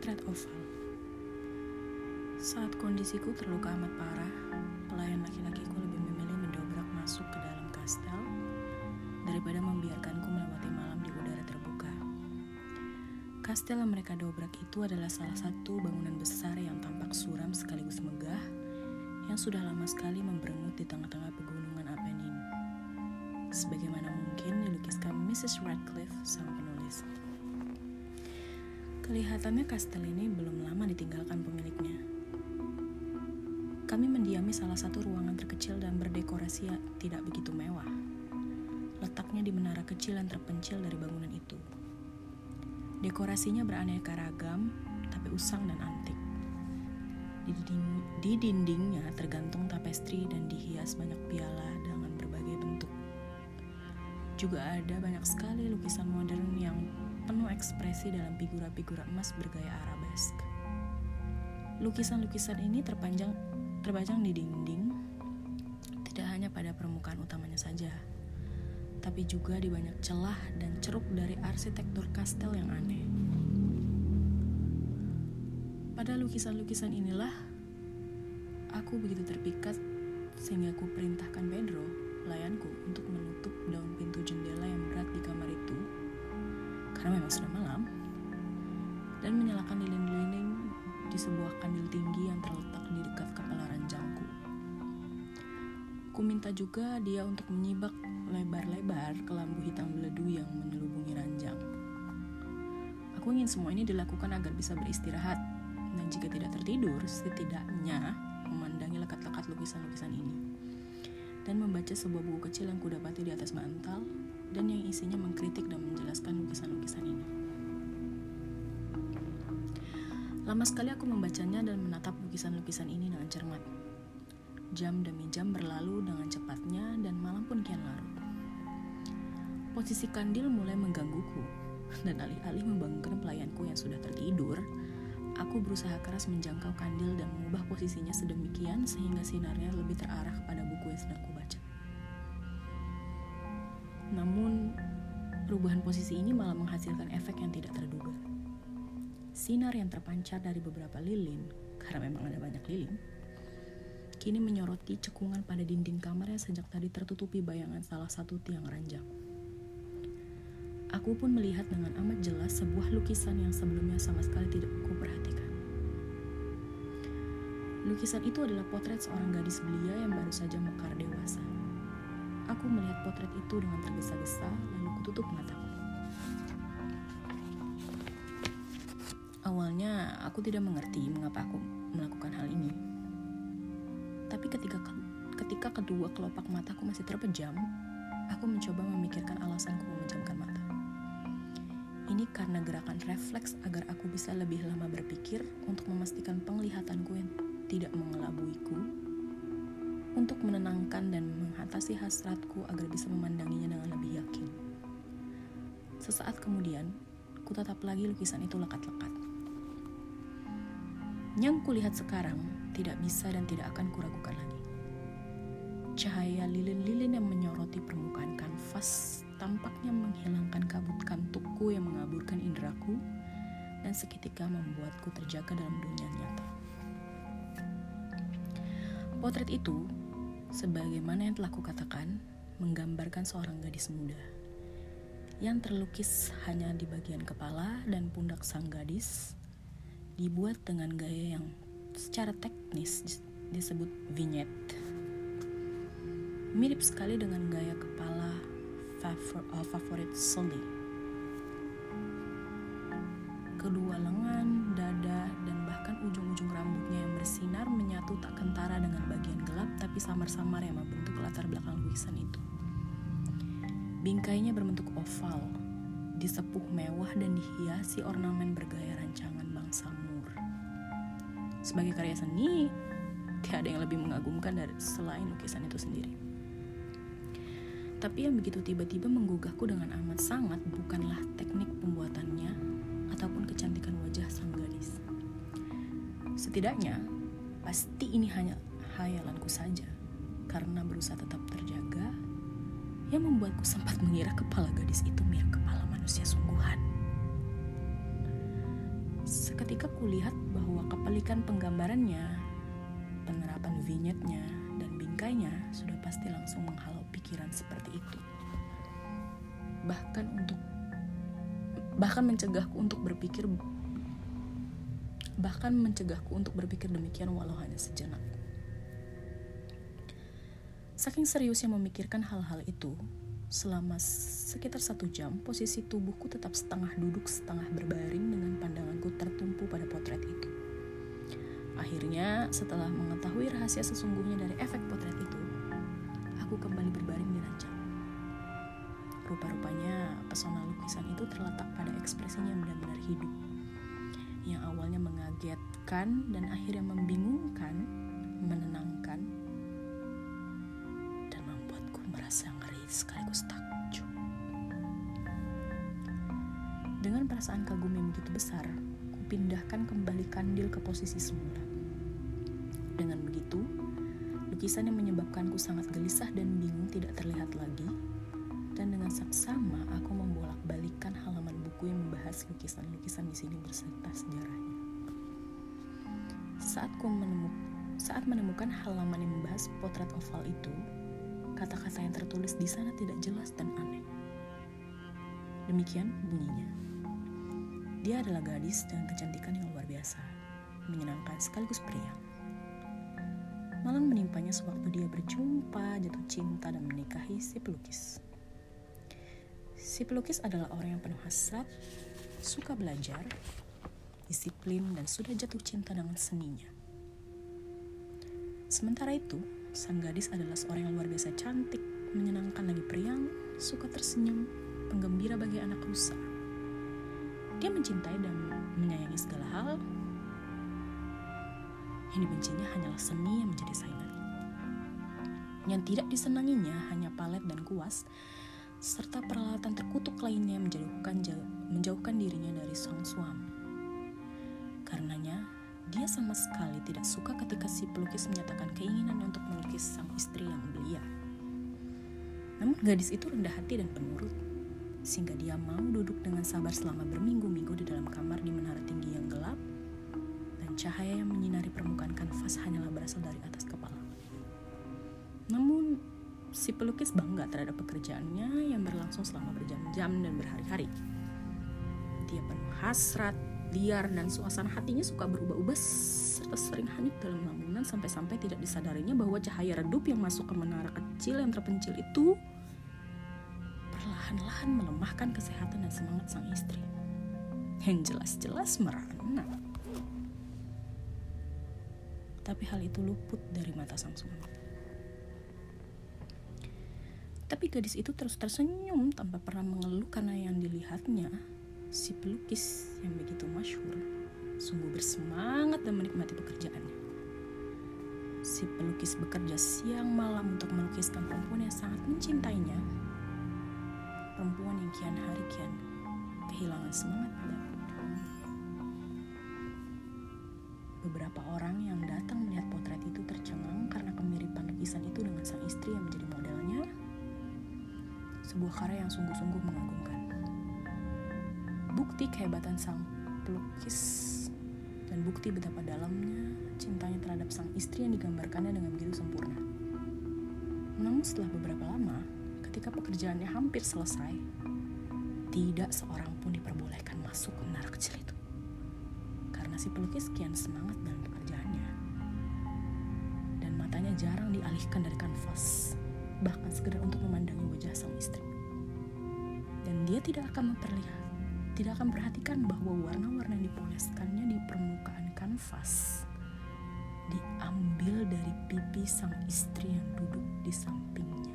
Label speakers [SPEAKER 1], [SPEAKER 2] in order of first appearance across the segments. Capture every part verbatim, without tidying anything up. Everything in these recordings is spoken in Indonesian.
[SPEAKER 1] Potret oval. Saat kondisiku terluka amat parah, pelayan laki-lakiku lebih memilih mendobrak masuk ke dalam kastel daripada membiarkanku melewati malam di udara terbuka. Kastel yang mereka dobrak itu adalah salah satu bangunan besar yang tampak suram sekaligus megah yang sudah lama sekali memberengut di tengah-tengah pegunungan Apennin, sebagaimana mungkin dilukiskan missus Radcliffe sang penulis. Kelihatannya kastel ini belum lama ditinggalkan pemiliknya. Kami mendiami salah satu ruangan terkecil dan berdekorasi tidak begitu mewah. Letaknya di menara kecil yang terpencil dari bangunan itu. Dekorasinya beraneka ragam, tapi usang dan antik. Di, dinding, di dindingnya tergantung tapestri dan dihias banyak piala dengan berbagai bentuk. Juga ada banyak sekali lukisan modern yang penuh ekspresi dalam figura-figura emas bergaya arabesk. Lukisan-lukisan ini terpanjang, terpajang di dinding, tidak hanya pada permukaan utamanya saja, tapi juga di banyak celah dan ceruk dari arsitektur kastel yang aneh. Pada lukisan-lukisan inilah, aku begitu terpikat sehingga aku perintahkan Pedro, pelayanku, untuk menutup daun pintu jendela yang berat di kamar itu, karena memang sudah malam, dan menyalakan lilin-lilin di sebuah kandil tinggi yang terletak di dekat kepala ranjangku. Ku minta juga dia untuk menyibak lebar-lebar kelambu hitam beledu yang menyelubungi ranjang. Aku ingin semua ini dilakukan agar bisa beristirahat, dan jika tidak tertidur, setidaknya memandangi lekat-lekat lukisan-lukisan ini, dan membaca sebuah buku kecil yang kudapati di atas bantal, dan yang isinya mengkritik dan menjelaskan lukisan-lukisan ini. Lama sekali aku membacanya dan menatap lukisan-lukisan ini dengan cermat. Jam demi jam berlalu dengan cepatnya dan malam pun kian larut. Posisi kandil mulai menggangguku, dan alih-alih membangunkan pelayanku yang sudah tertidur, aku berusaha keras menjangkau kandil dan mengubah posisinya sedemikian sehingga sinarnya lebih terarah kepada buku yang sedang kubaca. Namun, perubahan posisi ini malah menghasilkan efek yang tidak terduga. Sinar yang terpancar dari beberapa lilin, karena memang ada banyak lilin, kini menyoroti cekungan pada dinding kamar yang sejak tadi tertutupi bayangan salah satu tiang ranjang. Aku pun melihat dengan amat jelas sebuah lukisan yang sebelumnya sama sekali tidak kuperhatikan. Lukisan itu adalah potret seorang gadis belia yang baru saja mekar dewasa. Aku melihat potret itu dengan tergesa-gesa, lalu kututup mataku. Awalnya, aku tidak mengerti mengapa aku melakukan hal ini. Tapi ketika ketika kedua kelopak mataku masih terpejam, aku mencoba memikirkan alasanku memejamkan mata. Ini karena gerakan refleks agar aku bisa lebih lama berpikir untuk memastikan penglihatanku yang tidak mengelabuiku, untuk menenangkan dan mengatasi hasratku agar bisa memandanginya dengan lebih yakin. Sesaat kemudian, kutatap lagi lukisan itu lekat-lekat. Yang kulihat sekarang tidak bisa dan tidak akan kuragukan lagi. Cahaya lilin-lilin yang menyoroti permukaan kanvas tampaknya menghilangkan kabut kantukku yang mengaburkan indraku dan seketika membuatku terjaga dalam dunia nyata. Potret itu, sebagaimana yang telah kukatakan, menggambarkan seorang gadis muda yang terlukis hanya di bagian kepala dan pundak sang gadis, dibuat dengan gaya yang secara teknis disebut vignette. Mirip sekali dengan gaya kepala favor, uh, favorit Sully. Kedua lengan, dada, dan bahkan ujung-ujung rambutnya yang bersinar menyatu tak kentara dengan bagian gelap tapi samar-samar yang membentuk latar belakang lukisan itu. Bingkainya berbentuk oval, disepuh mewah dan dihiasi ornamen bergaya rancangan bangsa Moor. Sebagai karya seni, tidak ada yang lebih mengagumkan dari selain lukisan itu sendiri. Tapi yang begitu tiba-tiba menggugahku dengan amat sangat bukanlah teknik pembuatannya ataupun kecantikan wajah sang gadis. Setidaknya, pasti ini hanya hayalanku saja, karena berusaha tetap terjaga, yang membuatku sempat mengira kepala gadis itu mirip kepala manusia sungguhan. Seketika kulihat bahwa kepelikan penggambarannya, penerapan vignette-nya, dan bingkainya sudah pasti langsung menghalau pikiran seperti itu. Bahkan untuk bahkan mencegahku untuk berpikir bahkan mencegahku untuk berpikir demikian walau hanya sejenak. Saking seriusnya memikirkan hal-hal itu, selama sekitar satu jam, posisi tubuhku tetap setengah duduk, setengah berbaring dengan pandanganku tertumpu pada potret itu. Akhirnya, setelah mengetahui rahasia sesungguhnya dari efek potret itu, aku kembali berbaring di ranjang. Rupa-rupanya, pesona lukisan itu terletak pada ekspresinya yang benar-benar hidup, yang awalnya mengagetkan dan akhirnya membingungkan, menenangkan, dan membuatku merasa ngeri sekaligus takjub. Dengan perasaan kagum yang begitu besar, kupindahkan kembali kandil ke posisi semula. Dengan begitu, lukisan yang menyebabkanku sangat gelisah dan bingung tidak terlihat lagi, dan dengan saksama aku membolak-balikan halaman buku yang membahas lukisan-lukisan di sini beserta sejarahnya. Saat ku menemukan, saat menemukan halaman yang membahas potret oval itu, kata-kata yang tertulis di sana tidak jelas dan aneh. Demikian bunyinya. Dia adalah gadis dengan kecantikan yang luar biasa, menyenangkan sekaligus periang. Malang menimpanya sewaktu dia berjumpa, jatuh cinta, dan menikahi si pelukis. Si pelukis adalah orang yang penuh hasrat, suka belajar, disiplin, dan sudah jatuh cinta dengan seninya. Sementara itu, sang gadis adalah seorang yang luar biasa cantik, menyenangkan lagi periang, suka tersenyum, penggembira bagi anak rusa. Dia mencintai dan menyayangi segala hal. Yang dibencinya hanyalah seni yang menjadi saingan. Yang tidak disenanginya hanya palet dan kuas, serta peralatan terkutuk lainnya yang menjauhkan, menjauhkan dirinya dari sang suami. Karenanya, dia sama sekali tidak suka ketika si pelukis menyatakan keinginannya untuk melukis sang istri yang belia. Namun gadis itu rendah hati dan penurut, sehingga dia mau duduk dengan sabar selama berminggu-minggu di dalam kamar di menara tinggi yang gelap, dan cahaya yang menyinari permukaan kanvas hanyalah berasal dari atas kepala. Namun, si pelukis bangga terhadap pekerjaannya yang berlangsung selama berjam-jam dan berhari-hari. Dia penuh hasrat, liar, dan suasana hatinya suka berubah-ubah serta sering hanyut dalam lamunan sampai-sampai tidak disadarinya bahwa cahaya redup yang masuk ke menara kecil yang terpencil itu perlahan-lahan melemahkan kesehatan dan semangat sang istri yang jelas-jelas merana. Tapi hal itu luput dari mata sang suami. Tapi gadis itu terus tersenyum tanpa pernah mengeluh karena yang dilihatnya, si pelukis yang begitu masyhur sungguh bersemangat dan menikmati pekerjaannya. Si pelukis bekerja siang malam untuk melukiskan perempuan yang sangat mencintainya, perempuan yang kian hari kian kehilangan semangat. Beberapa orang yang datang melihat potret itu tercengang karena kemiripan lukisan itu dengan sang istri yang menjadi modelnya, sebuah karya yang sungguh-sungguh mengagumkan. Bukti kehebatan sang pelukis dan bukti betapa dalamnya cintanya terhadap sang istri yang digambarkannya dengan begitu sempurna. Namun setelah beberapa lama, ketika pekerjaannya hampir selesai, tidak seorang pun diperbolehkan masuk ke menara kecil itu. Karena si pelukis kian semangat dalam pekerjaannya. Dan matanya jarang dialihkan dari kanvas, bahkan sekedar untuk memandangi wajah sang istri. Dan dia tidak akan memperlihat, tidak akan perhatikan bahwa warna-warna yang dipoleskannya di permukaan kanvas diambil dari pipi sang istri yang duduk di sampingnya.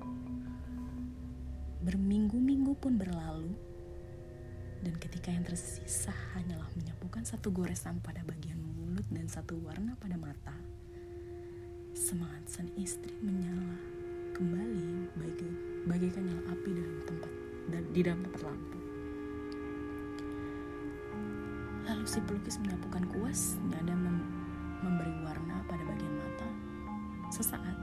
[SPEAKER 1] Berminggu-minggu pun berlalu, dan ketika yang tersisa hanyalah menyapukan satu goresan pada bagian mulut dan satu warna pada mata, semangat sang istri menyala kembali bagai, bagaikan nyala api dalam tempat di dalam tempat lampu. Lalu si pelukis menyapukan kuas dan mem- memberi warna pada bagian mata. Sesaat,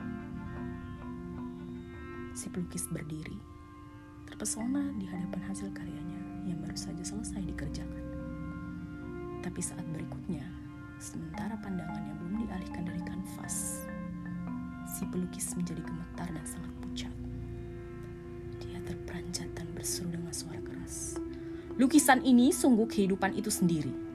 [SPEAKER 1] si pelukis berdiri, terpesona di hadapan hasil karyanya yang baru saja selesai dikerjakan. Tapi saat berikutnya, sementara pandangannya belum dialihkan dari kanvas, si pelukis menjadi gemetar dan sangat pucat. Dia terperanjat dan berseru dengan suara keras, "Lukisan ini sungguh kehidupan itu sendiri.